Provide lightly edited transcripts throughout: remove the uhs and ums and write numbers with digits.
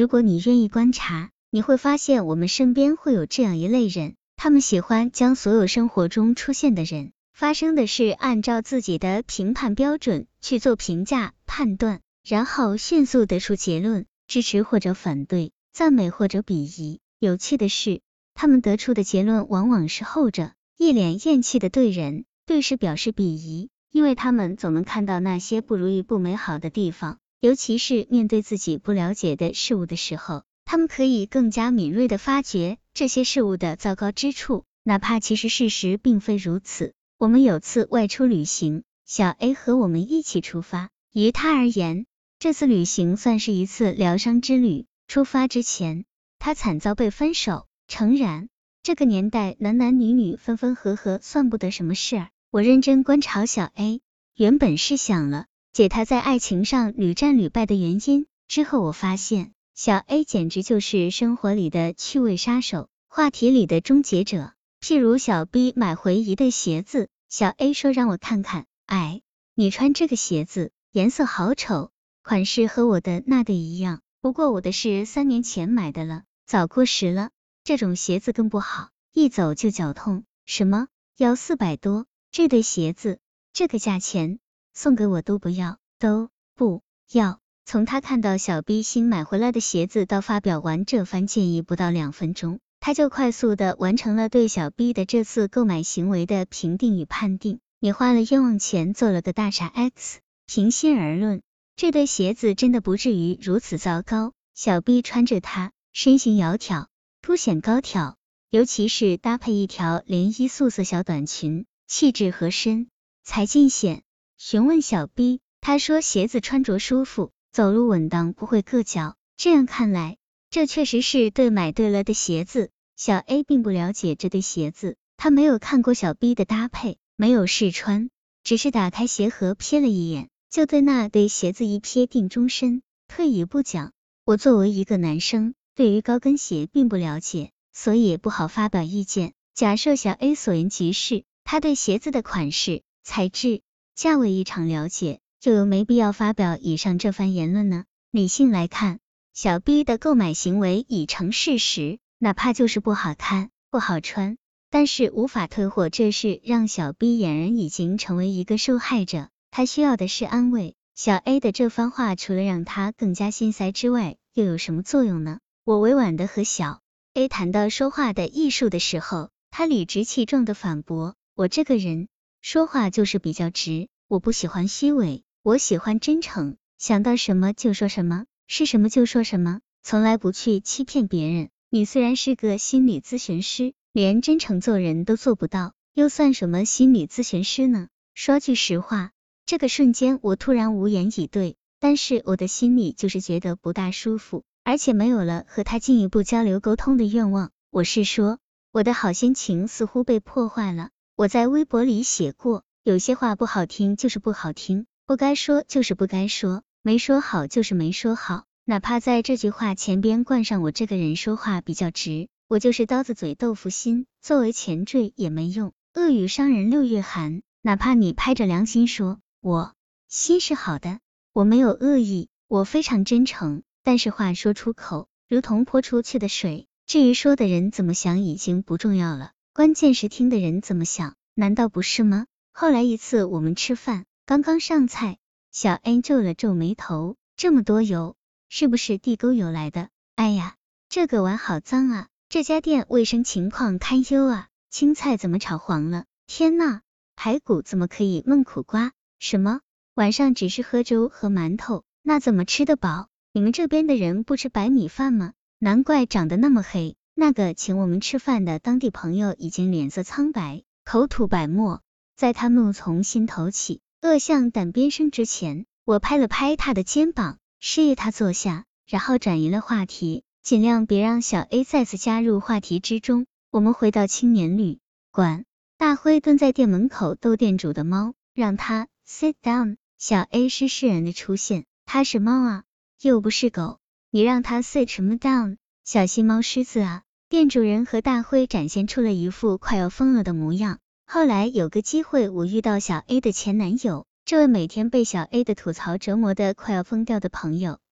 如果你愿意观察，你会发现我们身边会有这样一类人，他们喜欢将所有生活中出现的人发生的事按照自己的评判标准去做评价判断，然后迅速得出结论，支持或者反对，赞美或者鄙夷。有趣的是，他们得出的结论往往是后者，一脸厌弃的对人对事表示鄙夷，因为他们总能看到那些不如意不美好的地方，尤其是面对自己不了解的事物的时候，他们可以更加敏锐地发觉这些事物的糟糕之处，哪怕其实事实并非如此。我们有次外出旅行，小 A 和我们一起出发，于他而言，这次旅行算是一次疗伤之旅。出发之前，他惨遭被分手。诚然，这个年代男男女女分分合合算不得什么事儿。我认真观察小 A， 原本是想了解他在爱情上屡战屡败的原因，之后我发现小 A 简直就是生活里的趣味杀手，话题里的终结者。譬如小 B 买回一对鞋子，小 A 说让我看看，哎，你穿这个鞋子颜色好丑，款式和我的那对一样，不过我的是3年前买的了，早过时了，这种鞋子更不好，一走就脚痛。什么？要400多？这对鞋子这个价钱，送给我都不要，都不要。从他看到小 B 新买回来的鞋子到发表完这番建议不到2分钟，他就快速的完成了对小 B 的这次购买行为的评定与判定。你花了冤枉钱做了个大傻 X， 平心而论，这对鞋子真的不至于如此糟糕。小 B 穿着它，身形窈窕，凸显高挑，尤其是搭配一条连衣素色小短裙，气质和身材尽显。询问小 B， 他说鞋子穿着舒服，走路稳当，不会硌脚。这样看来，这确实是买对了的鞋子。小 A 并不了解这对鞋子，他没有看过小 B 的搭配，没有试穿，只是打开鞋盒瞥了一眼，就对那对鞋子一瞥定终身。退一步讲，我作为一个男生，对于高跟鞋并不了解，所以也不好发表意见。假设小 A 所言极是，他对鞋子的款式、材质、价位异常了解，就有没必要发表以上这番言论呢？理性来看，小 B 的购买行为已成事实，哪怕就是不好看、不好穿，但是无法退货这事让小 B 俨然已经成为一个受害者，他需要的是安慰。小 A 的这番话除了让他更加心塞之外，又有什么作用呢？我委婉的和小 A 谈到说话的艺术的时候，他理直气壮的反驳，我这个人说话就是比较直，我不喜欢虚伪，我喜欢真诚，想到什么就说什么，是什么就说什么，从来不去欺骗别人。你虽然是个心理咨询师，连真诚做人都做不到，又算什么心理咨询师呢？说句实话，这个瞬间我突然无言以对，但是我的心里就是觉得不大舒服，而且没有了和他进一步交流沟通的愿望。我是说，我的好心情似乎被破坏了。我在微博里写过，有些话不好听就是不好听，不该说就是不该说，没说好就是没说好，哪怕在这句话前边冠上我这个人说话比较直，我就是刀子嘴豆腐心，作为前缀也没用。恶语伤人6月寒，哪怕你拍着良心说我心是好的，我没有恶意，我非常真诚，但是话说出口如同泼出去的水，至于说的人怎么想已经不重要了，关键是听的人怎么想，难道不是吗？后来一次我们吃饭，刚刚上菜，小 A 皱了皱眉头，这么多油，是不是地沟油来的？哎呀，这个碗好脏啊，这家店卫生情况堪忧啊，青菜怎么炒黄了？天呐，排骨怎么可以焖苦瓜？什么？晚上只是喝粥和馒头，那怎么吃得饱？你们这边的人不吃白米饭吗？难怪长得那么黑。那个请我们吃饭的当地朋友已经脸色苍白，口吐白沫。在他怒从心头起，恶向胆边生之前，我拍了拍他的肩膀，示意他坐下，然后转移了话题，尽量别让小 A 再次加入话题之中。我们回到青年旅馆，大辉蹲在店门口逗店主的猫，让他 sit down。小 A 是释然的出现，他是猫啊，又不是狗，你让他 sit 什么 down？ 小心猫狮子啊！店主人和大辉展现出了一副快要疯了的模样。后来有个机会，我遇到小 A 的前男友，这位每天被小 A 的吐槽折磨的快要疯掉的朋友，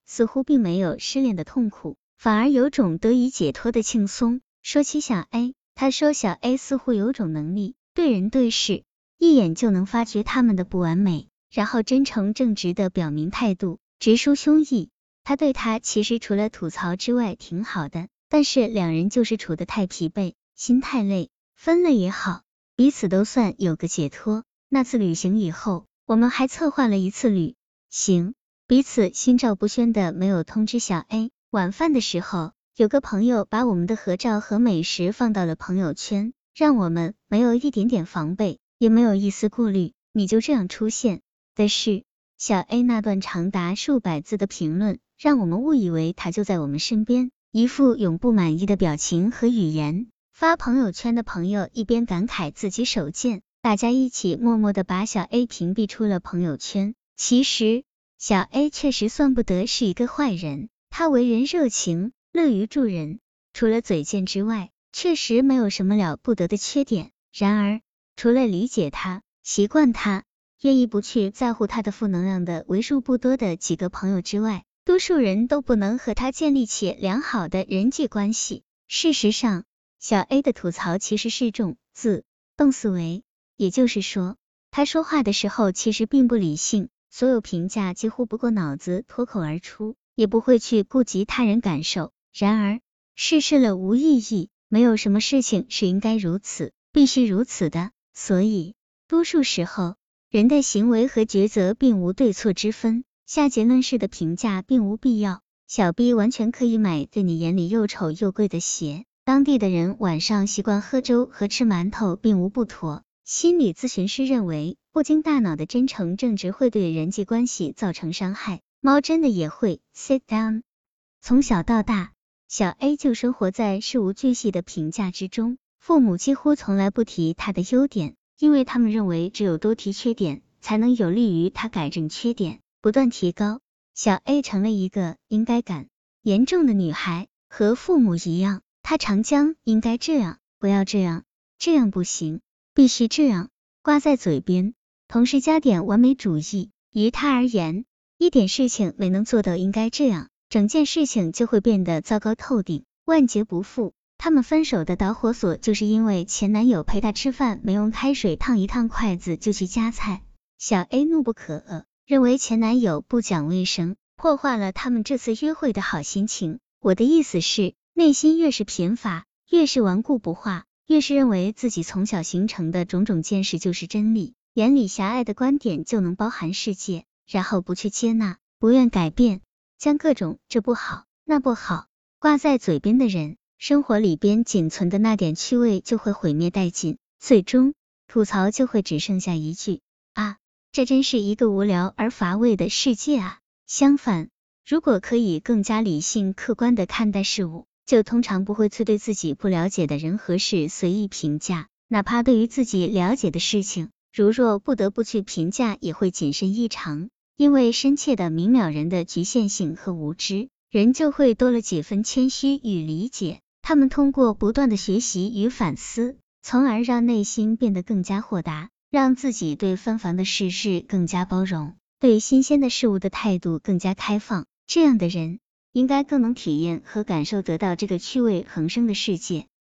似乎并没有失恋的痛苦，反而有种得以解脱的轻松。说起小 A， 他说小 A 似乎有种能力，对人对事一眼就能发觉他们的不完美，然后真诚正直的表明态度，直抒胸臆。他对他其实除了吐槽之外挺好的，但是两人就是处得太疲惫，心太累，分了也好，彼此都算有个解脱。那次旅行以后，我们还策划了一次旅行，彼此心照不宣的没有通知小 A。晚饭的时候，有个朋友把我们的合照和美食放到了朋友圈，让我们没有一点点防备，也没有一丝顾虑，你就这样出现的是小 A 那段长达数百字的评论，让我们误以为他就在我们身边，一副永不满意的表情和语言。发朋友圈的朋友一边感慨自己手贱，大家一起默默的把小 A 屏蔽出了朋友圈。其实小 A 确实算不得是一个坏人，他为人热情，乐于助人，除了嘴贱之外，确实没有什么了不得的缺点。然而，除了理解他、习惯他、愿意不去在乎他的负能量的为数不多的几个朋友之外，多数人都不能和他建立起良好的人际关系。事实上，小 A 的吐槽其实是种自动思维，也就是说，他说话的时候其实并不理性，所有评价几乎不过脑子脱口而出，也不会去顾及他人感受。然而，世事了无意义，没有什么事情是应该如此，必须如此的，所以，多数时候，人的行为和抉择并无对错之分，下结论式的评价并无必要。小 B 完全可以买对你眼里又丑又贵的鞋，当地的人晚上习惯喝粥和吃馒头并无不妥。心理咨询师认为，不经大脑的真诚正直会对人际关系造成伤害。猫真的也会 sit down。从小到大，小 A 就生活在事无巨细的评价之中，父母几乎从来不提他的优点，因为他们认为只有多提缺点，才能有利于他改正缺点，不断提高。小 A 成了一个应该感严重的女孩，和父母一样，她常将应该这样，不要这样，这样不行，必须这样挂在嘴边，同时加点完美主义。于他而言，一点事情没能做到应该这样，整件事情就会变得糟糕透顶，万劫不复。他们分手的导火索就是因为前男友陪她吃饭没用开水烫一烫筷子就去夹菜。小 A 怒不可遏，认为前男友不讲卫生，破坏了他们这次约会的好心情。我的意思是，内心越是贫乏，越是顽固不化，越是认为自己从小形成的种种见识就是真理，眼里狭隘的观点就能包含世界，然后不去接纳，不愿改变，将各种这不好那不好挂在嘴边的人，生活里边仅存的那点趣味就会毁灭殆尽，最终吐槽就会只剩下一句啊，这真是一个无聊而乏味的世界啊。相反，如果可以更加理性客观的看待事物，就通常不会去对自己不了解的人和事随意评价，哪怕对于自己了解的事情，如若不得不去评价，也会谨慎异常，因为深切的明了人的局限性和无知，人就会多了几分谦虚与理解。他们通过不断的学习与反思，从而让内心变得更加豁达，让自己对纷繁的世事更加包容，对新鲜的事物的态度更加开放。这样的人应该更能体验和感受得到这个趣味横生的世界。